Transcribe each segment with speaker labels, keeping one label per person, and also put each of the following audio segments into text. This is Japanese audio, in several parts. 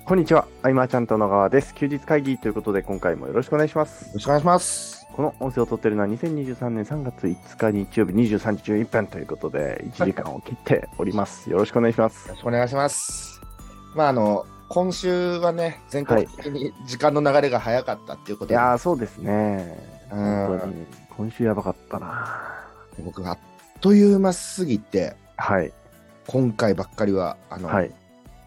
Speaker 1: こんにちは、あいまーちゃんと野川です。休日会議ということで、今回もよろしくお願いしま
Speaker 2: よ
Speaker 1: す。
Speaker 2: ろしくお願いします。
Speaker 1: この音声を撮っているのは2023年3月5日日曜日23時11分ということで、1時間を切っております。よろしくお願いします。
Speaker 2: よろしくお願いします。今週はね、全
Speaker 1: はい。
Speaker 2: 国的に時間の流れが早かったっていうことで、
Speaker 1: そうですね。
Speaker 2: う
Speaker 1: 本当
Speaker 2: ん、
Speaker 1: に、今週やばかったな。
Speaker 2: 僕があっという間すぎて、
Speaker 1: はい。
Speaker 2: 今回ばっかりは、
Speaker 1: はい。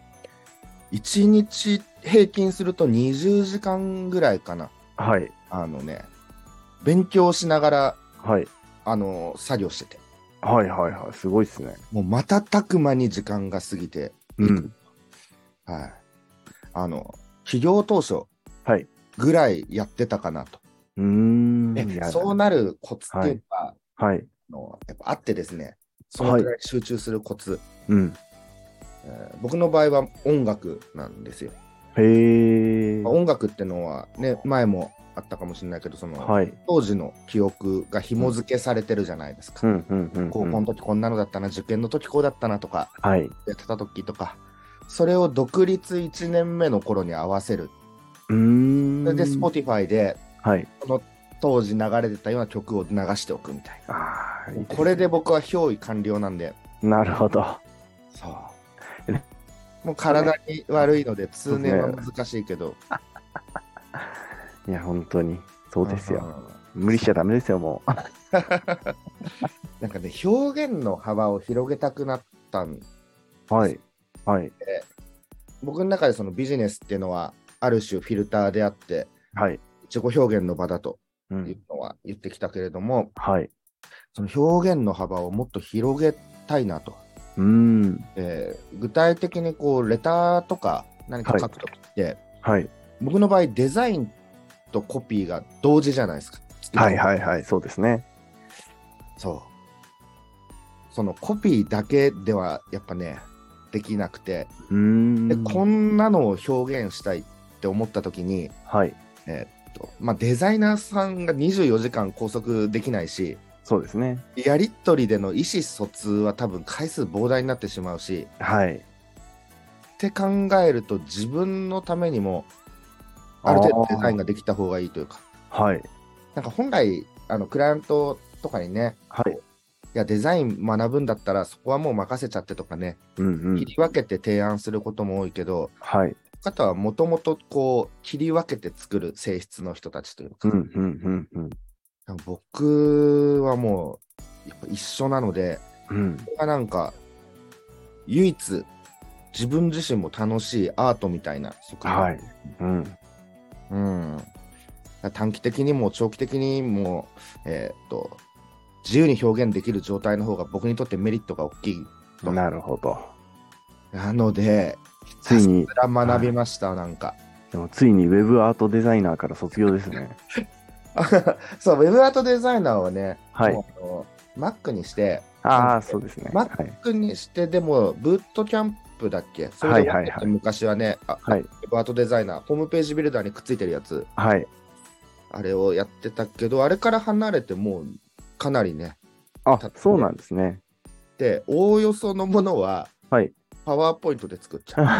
Speaker 2: 1日平均すると20時間ぐらいかな。
Speaker 1: はい。
Speaker 2: 勉強しながら、
Speaker 1: はい。
Speaker 2: 作業してて、
Speaker 1: はい。はい。はい。すごいですね。
Speaker 2: もう瞬く間に時間が過ぎていく。
Speaker 1: うん。
Speaker 2: はい。起業当初
Speaker 1: はい。
Speaker 2: ぐらいやってたかなと。
Speaker 1: いや、
Speaker 2: そうなるコツって
Speaker 1: はい。
Speaker 2: いうのは、
Speaker 1: はい。
Speaker 2: やっぱあってですね、その
Speaker 1: はい。
Speaker 2: くらい集中するコツ、
Speaker 1: うん。
Speaker 2: 僕の場合は音楽なんですよ。
Speaker 1: へー。
Speaker 2: 音楽ってのはね、前もあったかもしれないけど、
Speaker 1: はい。
Speaker 2: 当時の記憶が紐付けされてるじゃないですか。
Speaker 1: うん。うん。うん。
Speaker 2: 高校の時こんなのだったな、受験の時こうだったなとか、
Speaker 1: はい。
Speaker 2: やってた時とか、それを独立1年目の頃に合わせる。
Speaker 1: うー
Speaker 2: それで
Speaker 1: ん。
Speaker 2: Spotify で、
Speaker 1: はい。
Speaker 2: その当時流れてたような曲を流しておくみたいな。
Speaker 1: いいですね。
Speaker 2: これで僕は憑依完了なんで、
Speaker 1: なるほど。
Speaker 2: そう。
Speaker 1: え
Speaker 2: もう体に悪いので通年は
Speaker 1: そうです
Speaker 2: 難しいけど、
Speaker 1: いや、本当に。そうですよ。
Speaker 2: う
Speaker 1: 無理しちゃダメですよ、もう。
Speaker 2: なんかね、表現の幅を広げたくなったんで
Speaker 1: はい。
Speaker 2: す。
Speaker 1: はい。
Speaker 2: 僕の中でそのビジネスっていうのは、ある種フィルターであって、
Speaker 1: はい。
Speaker 2: 自己表現の場だと
Speaker 1: うん。
Speaker 2: いうのは言ってきたけれども、
Speaker 1: はい。
Speaker 2: その表現の幅をもっと広げたいなと。
Speaker 1: うーん。
Speaker 2: 具体的にこうレターとか何か
Speaker 1: はい。
Speaker 2: 書くときって、
Speaker 1: はい。
Speaker 2: 僕の場合デザインとコピーが同時じゃないですか。
Speaker 1: はい。はい。はい。そうですね。
Speaker 2: そう。そのコピーだけではやっぱね、できなくて、
Speaker 1: うー
Speaker 2: で、
Speaker 1: ん。
Speaker 2: こんなのを表現したいって思ったときに、
Speaker 1: はい。
Speaker 2: デザイナーさんが24時間拘束できないし、
Speaker 1: そうですね。
Speaker 2: やり取りでの意思疎通は多分回数膨大になってしまうし、
Speaker 1: はい。
Speaker 2: って考えると自分のためにも
Speaker 1: あ
Speaker 2: ある程度デザイン
Speaker 1: あ。
Speaker 2: ができた方がいいというか、
Speaker 1: はい。
Speaker 2: なんか本来、クライアントとかにね、
Speaker 1: はい。
Speaker 2: いや、デザイン学ぶんだったらそこはもう任せちゃってとかね、
Speaker 1: うんうん。
Speaker 2: 切り分けて提案することも多いけど、
Speaker 1: はい。
Speaker 2: 方はもともとこう切り分けて作る性質の人たちというか、
Speaker 1: うんうんうんうん。
Speaker 2: 僕はもうやっぱ一緒なので、
Speaker 1: うん。
Speaker 2: これがなんか唯一自分自身も楽しいアートみたいな側面、
Speaker 1: はい。うん。
Speaker 2: うん、短期的にも長期的にも、自由に表現できる状態の方が僕にとってメリットが大きいと。
Speaker 1: なるほど。
Speaker 2: なので、ひ
Speaker 1: ついに、
Speaker 2: たすら学び
Speaker 1: は
Speaker 2: ました、なんか。
Speaker 1: い。でもついにウェブアートデザイナーから卒業ですね。
Speaker 2: そう、ウェブアートデザイナーはね、
Speaker 1: はい。
Speaker 2: もうMac にして、
Speaker 1: ああ、そうですね。はい。
Speaker 2: Mac にしてでも、ブートキャンプだっけ、それで
Speaker 1: はいはいはい。
Speaker 2: 昔はね、
Speaker 1: はい。
Speaker 2: ウェブアートデザイナー、ホームページビルダーにくっついてるやつ、
Speaker 1: はい。
Speaker 2: あれをやってたけど、あれから離れてもうかなりね、
Speaker 1: あ、
Speaker 2: 経って
Speaker 1: そうなんですね。
Speaker 2: で、おおよそのものは
Speaker 1: はい。
Speaker 2: パワーポイントで作っちゃう。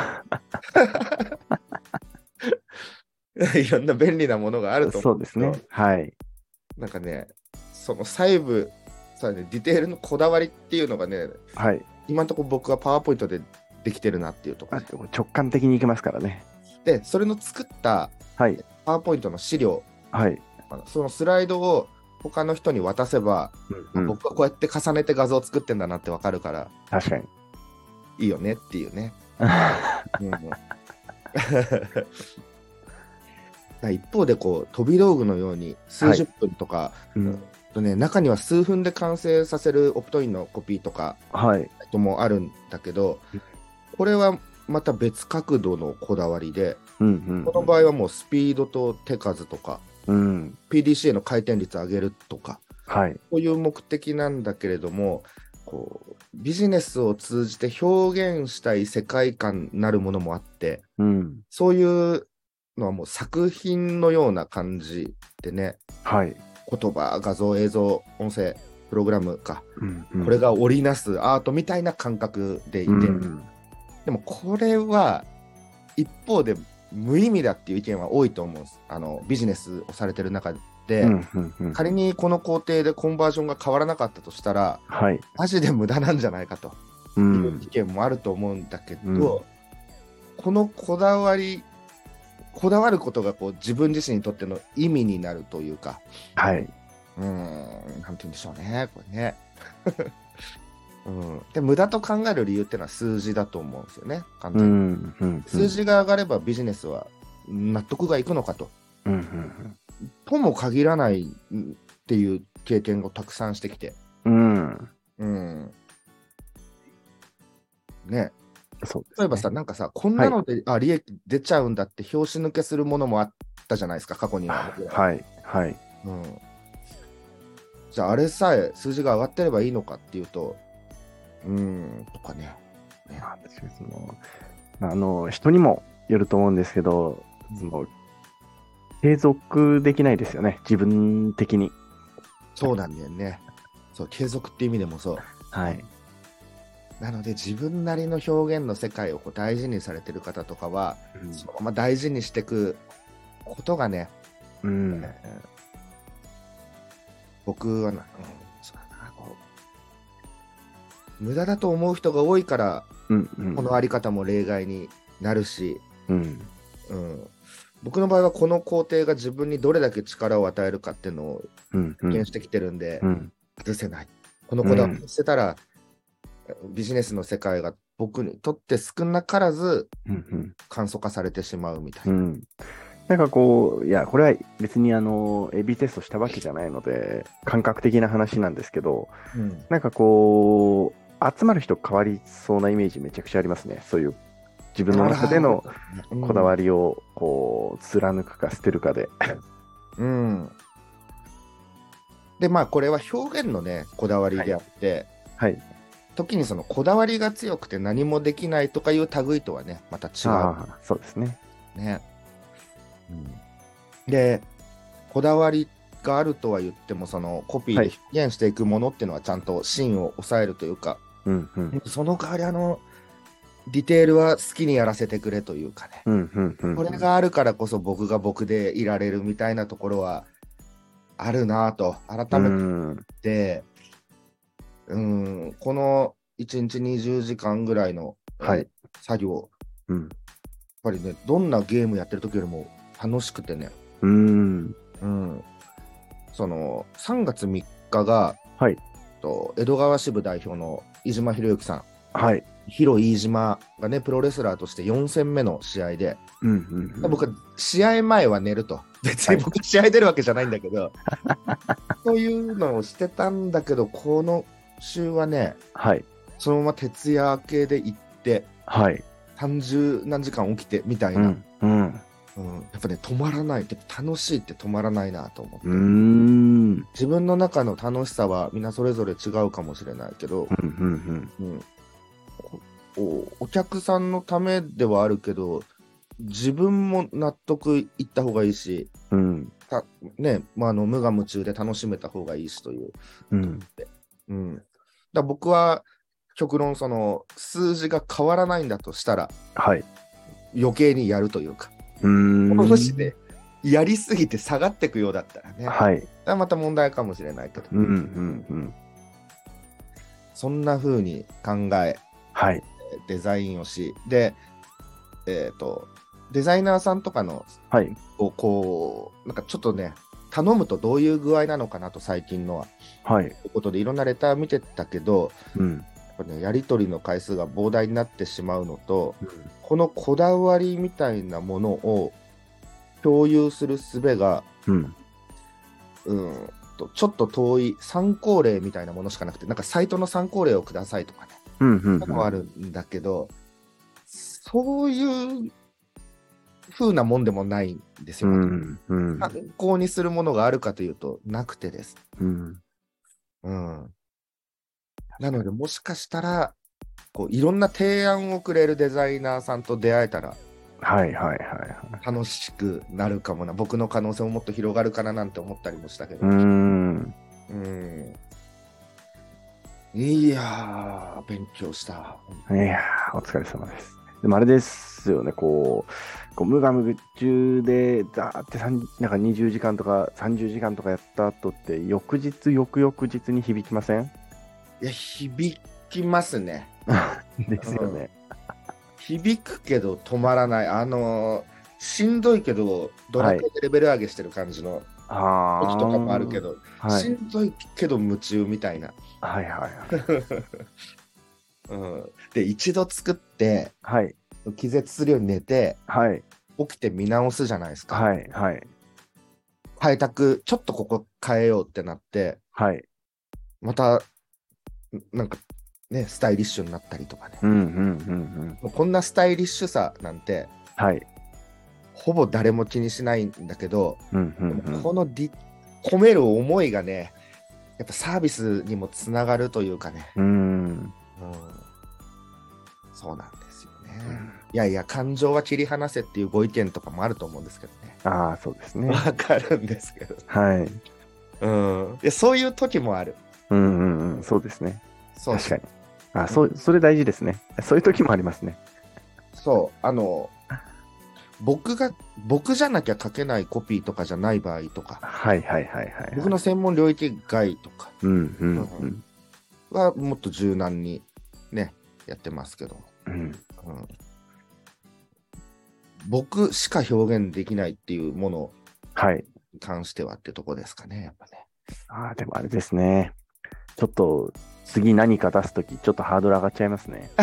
Speaker 2: いろんな便利なものがあると思
Speaker 1: そうですね。
Speaker 2: うけど、
Speaker 1: はい。
Speaker 2: なんかね、その細部、ディテールのこだわりっていうのがね、
Speaker 1: はい。
Speaker 2: 今のところ僕はパワーポイントでできてるなっていうところ
Speaker 1: でも直感的にいきますからね。
Speaker 2: で、それの作った
Speaker 1: はい。
Speaker 2: パワーポイントの資料、
Speaker 1: はい。
Speaker 2: そのスライドを他の人に渡せば、
Speaker 1: うんうん。
Speaker 2: 僕はこうやって重ねて画像を作ってんだなってわかるから
Speaker 1: 確かに。
Speaker 2: いいよねっていうね。うん一方でこう飛び道具のように数十分とか、
Speaker 1: うん。
Speaker 2: 中には数分で完成させるオプトインのコピーとか
Speaker 1: はい。
Speaker 2: ともあるんだけど、これはまた別角度のこだわりで、
Speaker 1: うんうん
Speaker 2: この場合はもうスピードと手数とか、
Speaker 1: うん。
Speaker 2: PDCA の回転率上げるとか、
Speaker 1: はい。
Speaker 2: こういう目的なんだけれども、こうビジネスを通じて表現したい世界観なるものもあって、
Speaker 1: うん。
Speaker 2: そういうのはもう作品のような感じでね、
Speaker 1: はい。
Speaker 2: 言葉、画像、映像、音声、プログラムか、
Speaker 1: うんうん。
Speaker 2: これが織りなすアートみたいな感覚でいて、
Speaker 1: うん。
Speaker 2: でもこれは一方で無意味だっていう意見は多いと思うんです。ビジネスをされてる中で、
Speaker 1: うんうんうん。
Speaker 2: 仮にこの工程でコンバージョンが変わらなかったとしたら、
Speaker 1: はい。
Speaker 2: マジで無駄なんじゃないかと
Speaker 1: う。
Speaker 2: いうん意見もあると思うんだけど、このこだわることがこう自分自身にとっての意味になるというか、
Speaker 1: はい。
Speaker 2: なんて言うんでしょうね、これね。で、無駄と考える理由っていうのは数字だと思うんですよね、完
Speaker 1: う
Speaker 2: 全に。
Speaker 1: んうん。
Speaker 2: 数字が上がればビジネスは納得がいくのかと。
Speaker 1: うんうん
Speaker 2: とも限らないっていう経験をたくさんしてきて。
Speaker 1: うん。
Speaker 2: ね。
Speaker 1: そうですね。
Speaker 2: 例えばさ、なんかさ、こんなので、利益出ちゃうんだって拍子抜けするものもあったじゃないですか、過去には。
Speaker 1: はいはい。
Speaker 2: じゃあ、あれさえ数字が上がってればいいのかっていうと、とかね。
Speaker 1: 確かに人にもよると思うんですけど、継続できないですよね、自分的に。
Speaker 2: そうなんだよね。そう、継続って意味でもそう。
Speaker 1: はい。
Speaker 2: なので、自分なりの表現の世界をこう大事にされてる方とかは、そのまま大事にしていくことがね、僕はそうだな、無駄だと思う人が多いから、このあり方も例外になるし、僕の場合はこの工程が自分にどれだけ力を与えるかっていうのを経験してきてるんで、外せない。このこだわりを捨てたら、ビジネスの世界が僕にとって少なからず簡素化されてしまうみたいな。
Speaker 1: なんかこう、いや、これは別にAB テストしたわけじゃないので、感覚的な話なんですけど、なんかこう、集まる人変わりそうなイメージめちゃくちゃありますね。そういう自分の中でのこだわりをこう貫くか捨てるかで。
Speaker 2: で、まあこれは表現のね、こだわりであって、時にそのこだわりが強くて何もできないとかいう類とはね、また違う。
Speaker 1: そうですね。
Speaker 2: で、こだわりがあるとは言っても、そのコピーで表現していくものっていうのはちゃんと芯を抑えるというか、その代わりディテールは好きにやらせてくれというかね、これがあるからこそ僕が僕でいられるみたいなところはあるなぁと改めて、この1日20時間ぐらいの、作業、やっぱりね、どんなゲームやってる時よりも楽しくてね、その3月3日が、江戸川支部代表の飯島博之さん、広飯島がね、プロレスラーとして4戦目の試合で、僕は試合前は寝ると。別に僕試合出るわけじゃないんだけど、そういうのをしてたんだけど、この週はね、そのまま徹夜明けで行って、30何時間起きてみたいな。やっぱね、止まらないって、楽しいって止まらないなと思って。自分の中の楽しさはみんなそれぞれ違うかもしれないけど、お客さんのためではあるけど、自分も納得いった方がいいし、無我夢中で楽しめた方がいいしという。だ僕は極論その数字が変わらないんだとしたら、余計にやるというか、もしね、やりすぎて下がっていくようだったらね、また問題かもしれないけど、そんな風に考え、デザインをし、で、デザイナーさんとかの、こう、なんかちょっとね、頼むとどういう具合なのかなと、最近のは。ということで、いろんなレター見てたけど、やっぱね、やり取りの回数が膨大になってしまうのと、このこだわりみたいなものを共有する術が、ちょっと遠い参考例みたいなものしかなくて、なんかサイトの参考例をくださいとかね、あるんだけど、そういう風なもんでもないんですよ。参考にするものがあるかというと、なくてです。なので、もしかしたら、こういろんな提案をくれるデザイナーさんと出会えたら、楽しくなるかもな。僕の可能性ももっと広がるかななんて思ったりもしたけど。いやー、勉強した。
Speaker 1: いやー、お疲れ様です。 でもあれですよね、無我夢中で、ザーってなんか20時間とか30時間とかやった後って、翌々日に響きません？
Speaker 2: いや、響きますね。
Speaker 1: ですよね。
Speaker 2: 響くけど止まらない。しんどいけど、ドラクエでレベル上げしてる感じの時とかもあるけど、しんどいけど夢中みたいな。
Speaker 1: はいはいはい。
Speaker 2: で、一度作って、気絶するように寝て、起きて見直すじゃないですか。変えたく、ちょっとここ変えようってなって、また、なんかね、スタイリッシュになったりとかね。こんなスタイリッシュさなんて、ほぼ誰も気にしないんだけど、この込める思いがね、やっぱサービスにもつながるというかね。そうなんですよね。いやいや、感情は切り離せっていうご意見とかもあると思うんですけどね。
Speaker 1: ああ、そうですね。
Speaker 2: わかるんですけど。いや、そういう時もある。
Speaker 1: そうですね。
Speaker 2: そう
Speaker 1: 確かに。それ大事ですね。そういう時もありますね。
Speaker 2: そう、僕じゃなきゃ書けないコピーとかじゃない場合とか、僕の専門領域外とかはもっと柔軟にね、やってますけど、僕しか表現できないっていうものに関してはってとこですかね、やっぱね。
Speaker 1: でもあれですね。ちょっと次何か出すとき、ちょっとハードル上がっちゃいますね。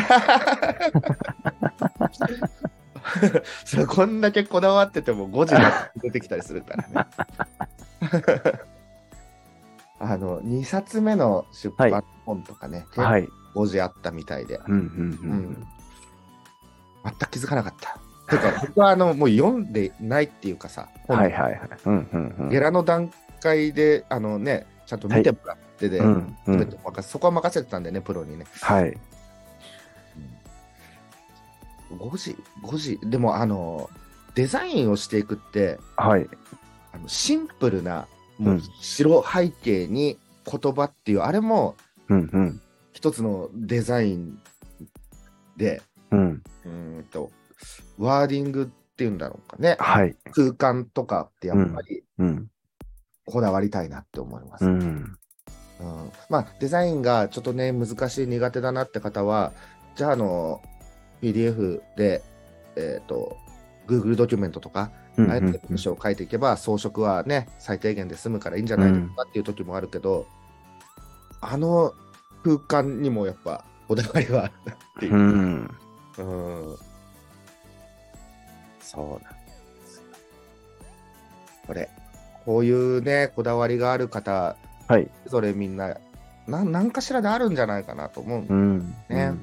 Speaker 2: それこんだけこだわってても5時に出てきたりするからね。2冊目の出版本とかね、5時あったみたいで、全く気づかなかった。てか僕はもう読んでないっていうかさ、ゲラの段階でね、ちゃんと見てもらってで、そこは任せてたんでね、プロにね。5時でもデザインをしていくって、シンプルなもう白背景に言葉っていうあれも一つのデザインで、ワーディングっていうんだろうかね、空間とかってやっぱりこだわりたいなって思います。まあデザインがちょっとね難しい苦手だなって方は、じゃあPDF で、Google ドキュメントとか、ああやって文章を書いていけば、装飾はね、最低限で済むからいいんじゃないですかっていう時もあるけど、空間にもやっぱこだわりはあるなっていう。そうなんですよ。こういうね、こだわりがある方、それみんな、何かしらであるんじゃないかなと思うんね。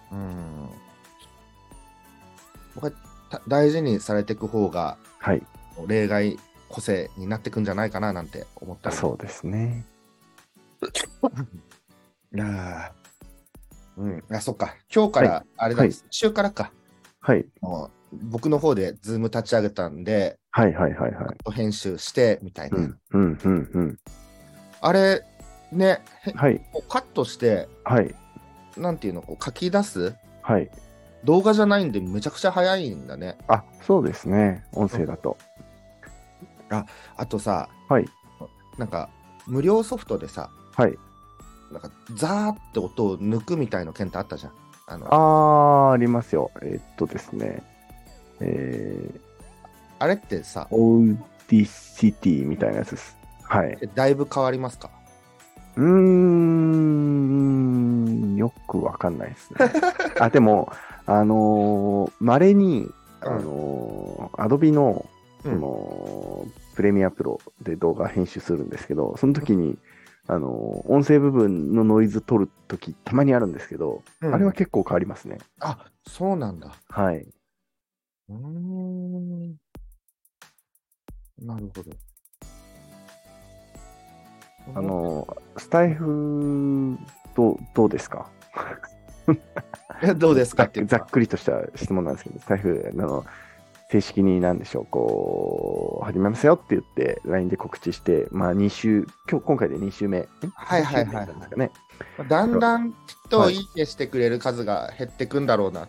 Speaker 2: 僕は大事にされていく方が、例外個性になっていくんじゃないかななんて思ったり。
Speaker 1: そうですね。
Speaker 2: そっか。今日からあれだ、先週からか。僕の方でズーム立ち上げたんで、編集してみたいな。あれね、カットして、なんていうの、書き出す。動画じゃないんでめちゃくちゃ早いんだね。
Speaker 1: そうですね。音声だと。
Speaker 2: あとさ、なんか無料ソフトでさ、なんかザーって音を抜くみたいな件ってあったじゃん。
Speaker 1: ありますよ。ですね。
Speaker 2: あれってさ、
Speaker 1: オーディシティみたいなやつです。
Speaker 2: だいぶ変わりますか？
Speaker 1: よくわかんないですね。でも、稀に、アドビの、プレミアプロで動画編集するんですけど、その時に、音声部分のノイズ取るときたまにあるんですけど、あれは結構変わりますね。
Speaker 2: そうなんだ。なるほ
Speaker 1: ど。スタイフどうですか？
Speaker 2: どうですかって
Speaker 1: ざっくりとした質問なんですけど、スタイフ正式に何でしょう、始めますよって言って LINE で告知して、今回で2週目。
Speaker 2: だんだんきっといいねしてくれる数が減ってくんだろうなって。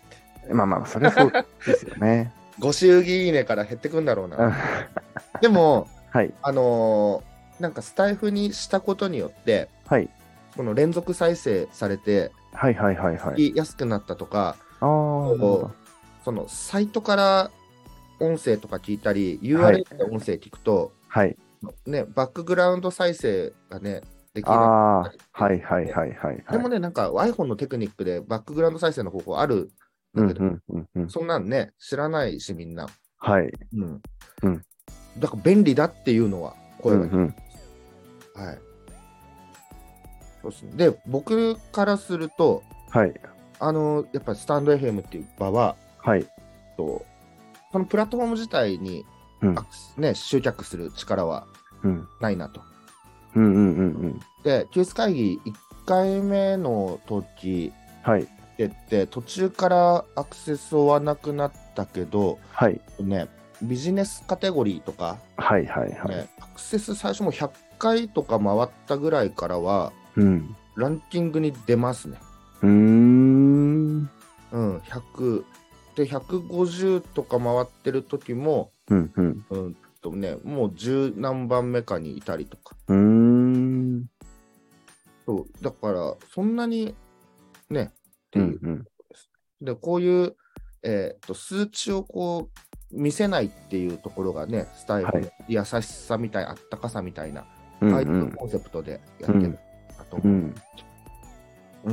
Speaker 1: まあまあ、それはそうですよね。
Speaker 2: ご祝儀いいねから減ってくんだろうな。でも、
Speaker 1: はい。
Speaker 2: なんかスタイフにしたことによって、
Speaker 1: はい。
Speaker 2: この連続再生されて、
Speaker 1: はいはいはいはい。
Speaker 2: 安くなったとか、
Speaker 1: ああ、なるほど。
Speaker 2: そのサイトから音声とか聞いたり、
Speaker 1: はい。
Speaker 2: URL で音声聞くと、
Speaker 1: はい。
Speaker 2: ね、バックグラウンド再生がね、できなかった
Speaker 1: ああ、
Speaker 2: りって
Speaker 1: はいはい
Speaker 2: いうね。
Speaker 1: はいはいはい。
Speaker 2: でもね、なんか iPhone のテクニックでバックグラウンド再生の方法あるん
Speaker 1: うん
Speaker 2: だけど、
Speaker 1: うんうんうん。
Speaker 2: そんなんね、知らないし、みんな。
Speaker 1: はい。
Speaker 2: うん。
Speaker 1: うん。
Speaker 2: だから便利だっていうのは声は聞いて
Speaker 1: うんうん。
Speaker 2: ます。はい。そうですね。で、僕からすると、
Speaker 1: はい。
Speaker 2: やっぱりスタンド FM っていう場は、
Speaker 1: はい。
Speaker 2: とそのプラットフォーム自体に、
Speaker 1: うん。
Speaker 2: ね、集客する力は
Speaker 1: うん。
Speaker 2: ないなと。
Speaker 1: うんうんうんうん。
Speaker 2: で、休日会議1回目の時
Speaker 1: はい。
Speaker 2: って途中からアクセス追わなくなったけど、
Speaker 1: はい。
Speaker 2: ね、ビジネスカテゴリーとか、
Speaker 1: はいはいはい。
Speaker 2: ね、アクセス最初も100回とか回ったぐらいからは、
Speaker 1: うん。
Speaker 2: ランキングに出ますね。
Speaker 1: うーん。
Speaker 2: うん、100で150とか回ってる時も、
Speaker 1: うんうん。
Speaker 2: もう十何番目かにいたりとか。
Speaker 1: うーん。
Speaker 2: そうだから、そんなにね、っていう。
Speaker 1: うんうん。
Speaker 2: で、こういう、数値をこう見せないっていうところがね、スタイルの
Speaker 1: はい。
Speaker 2: 優しさみたい、あったかさみたいな、
Speaker 1: うん
Speaker 2: ああいう
Speaker 1: うん。
Speaker 2: コンセプトでやってる
Speaker 1: うん。
Speaker 2: なと思
Speaker 1: うん。
Speaker 2: う。うん。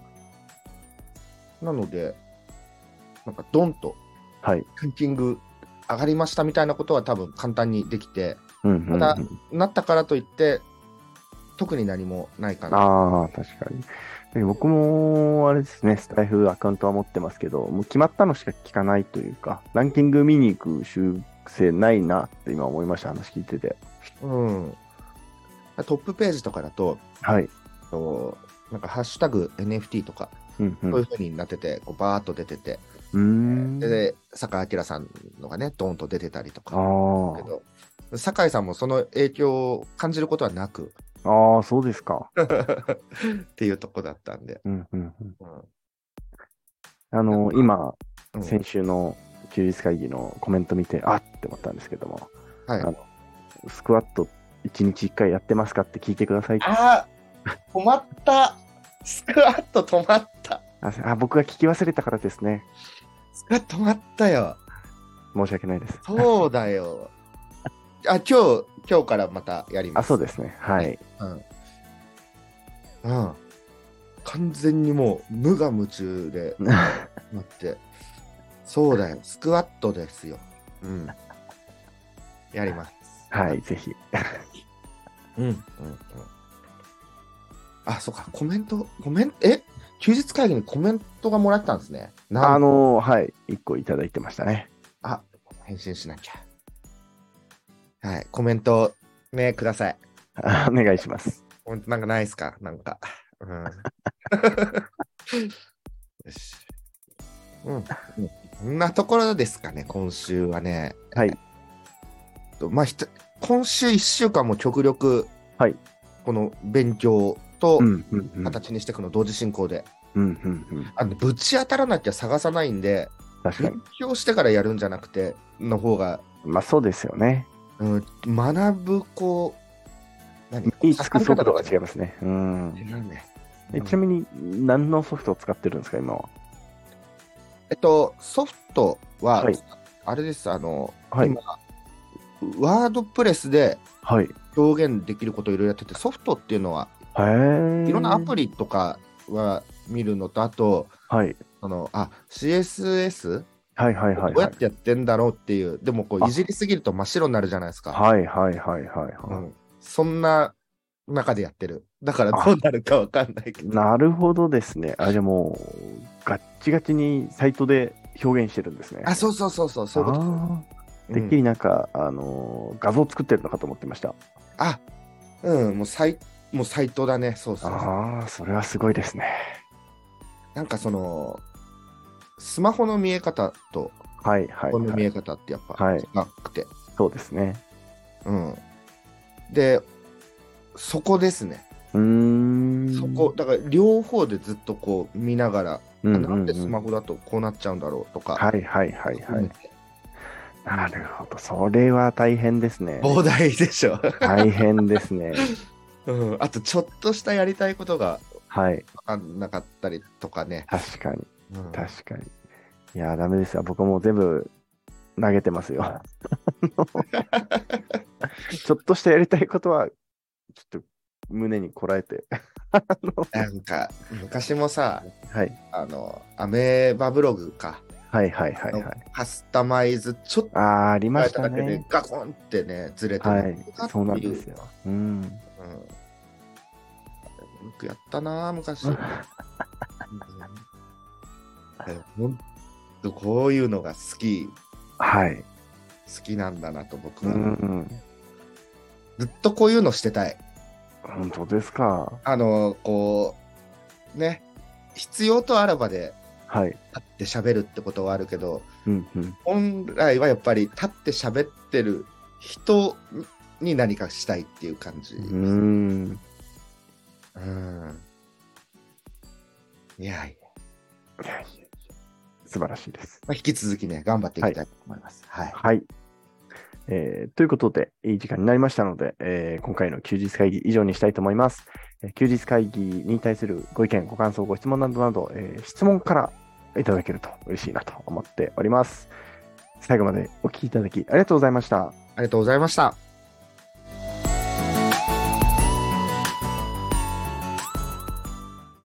Speaker 2: なので、なんかドンと
Speaker 1: はい。
Speaker 2: ランキング上がりましたみたいなことは多分簡単にできて、
Speaker 1: うんうんう
Speaker 2: また
Speaker 1: ん。
Speaker 2: なったからといって、特に何もないかなと。
Speaker 1: ああ、確かに。僕も、あれですね、スタイフアカウントは持ってますけど、もう決まったのしか聞かないというか、ランキング見に行く習性ないなって今思いました、話聞いてて。
Speaker 2: うん。トップページとかだと、
Speaker 1: はい。
Speaker 2: なんかハッシュタグ NFT とか、
Speaker 1: うんうん。
Speaker 2: そういう風になってて、こうバーっと出てて、
Speaker 1: うーん。
Speaker 2: で、酒井明さんのがね、ドーンと出てたりとか。け
Speaker 1: あ
Speaker 2: ど、酒井さんもその影響を感じることはなく
Speaker 1: あ。ああ、そうですか。
Speaker 2: っていうとこだったんで。
Speaker 1: うんうんうん。
Speaker 2: うん
Speaker 1: 今、
Speaker 2: うん、
Speaker 1: 先週の休日会議のコメント見て、あって思ったんですけども、
Speaker 2: はい。
Speaker 1: スクワット1日1回やってますかって聞いてください。
Speaker 2: あー、止まった。スクワット止まった。
Speaker 1: 僕が聞き忘れたからですね。
Speaker 2: スクワット止まったよ。
Speaker 1: 申し訳ないです。
Speaker 2: そうだよ。今日からまたやります。
Speaker 1: そうですね。はい。
Speaker 2: うん。完全にもう無我夢中でなって。そうだよ。スクワットですよ。うん。やります。
Speaker 1: はい、ぜひ。
Speaker 2: うん。うん。そうか。休日会議にコメントがもらったんですね。
Speaker 1: はい。1個いただいてましたね。
Speaker 2: 返信しなきゃ。はい。コメントね、ください。
Speaker 1: お願いします。
Speaker 2: コメントなんかないですか？なんか。うん。よし。うん。こんなところですかね、今週はね。
Speaker 1: はい。
Speaker 2: 今週1週間も極力、
Speaker 1: はい。
Speaker 2: この勉強と形にしていくの同時進行で。ぶち当たらなきゃ探さないんで、勉強してからやるんじゃなくて、の方が。
Speaker 1: まあそうですよね。
Speaker 2: 学ぶ、
Speaker 1: 身につく速度が違いますね。ちなみに、何のソフトを使ってるんですか、今は。
Speaker 2: ソフトは、あれです、今、ワードプレスで表現できることをいろいろやってて、ソフトっていうのは、いろんなアプリとかは見るのと、あと、CSS? どうやってやってんだろうっていう、でもいじりすぎると真っ白になるじゃないですか。そんな中でやってる。だからどうなるかわかんないけど。
Speaker 1: なるほどですね。じゃあもう、ガッチガチにサイトで表現してるんですね。
Speaker 2: そういうこと。
Speaker 1: てっきりなんか、画像作ってるのかと思ってました。
Speaker 2: もうサイトだね。そう。
Speaker 1: それはすごいですね。
Speaker 2: なんかスマホの見え方と、この見え方ってやっぱ違くて。
Speaker 1: そうですね。
Speaker 2: で、そこですね。そこうだから両方でずっとこう見ながら、なんでスマホだとこうなっちゃうんだろうとか。
Speaker 1: はいはいはいはい。なるほど、それは大変ですね。
Speaker 2: 膨大でしょ。
Speaker 1: 大変ですね。
Speaker 2: あとちょっとしたやりたいことが
Speaker 1: 分
Speaker 2: かんなかったりとかね。
Speaker 1: 確かに、確かに。いや、ダメですよ。僕も全部投げてますよ。ちょっとしたやりたいことは、ちょっと胸にこらえて。
Speaker 2: なんか、昔もさ、アメーバブログか。
Speaker 1: はいはいはいはい。
Speaker 2: カスタマイズ、ちょっと
Speaker 1: ありましたね。
Speaker 2: ガコンってね、ずれて
Speaker 1: そうなんですよ。よ
Speaker 2: くやったな、昔。本当こういうのが好き。好きなんだなと僕は。ずっとこういうのしてたい。
Speaker 1: 本当ですか。
Speaker 2: こう、ね、必要とあらばで、立って喋るってことはあるけど、本来はやっぱり立って喋ってる人に何かしたいっていう感じ。いやいや。
Speaker 1: 素晴らしいです。
Speaker 2: 引き続きね、頑張っていきたいと思います。
Speaker 1: はい。ということで、いい時間になりましたので、今回の休日会議以上にしたいと思います。休日会議に対するご意見、ご感想、ご質問など、質問からいただけると嬉しいなと思っております。最後までお聞きいただきありがとうございました。
Speaker 2: ありがとうございました。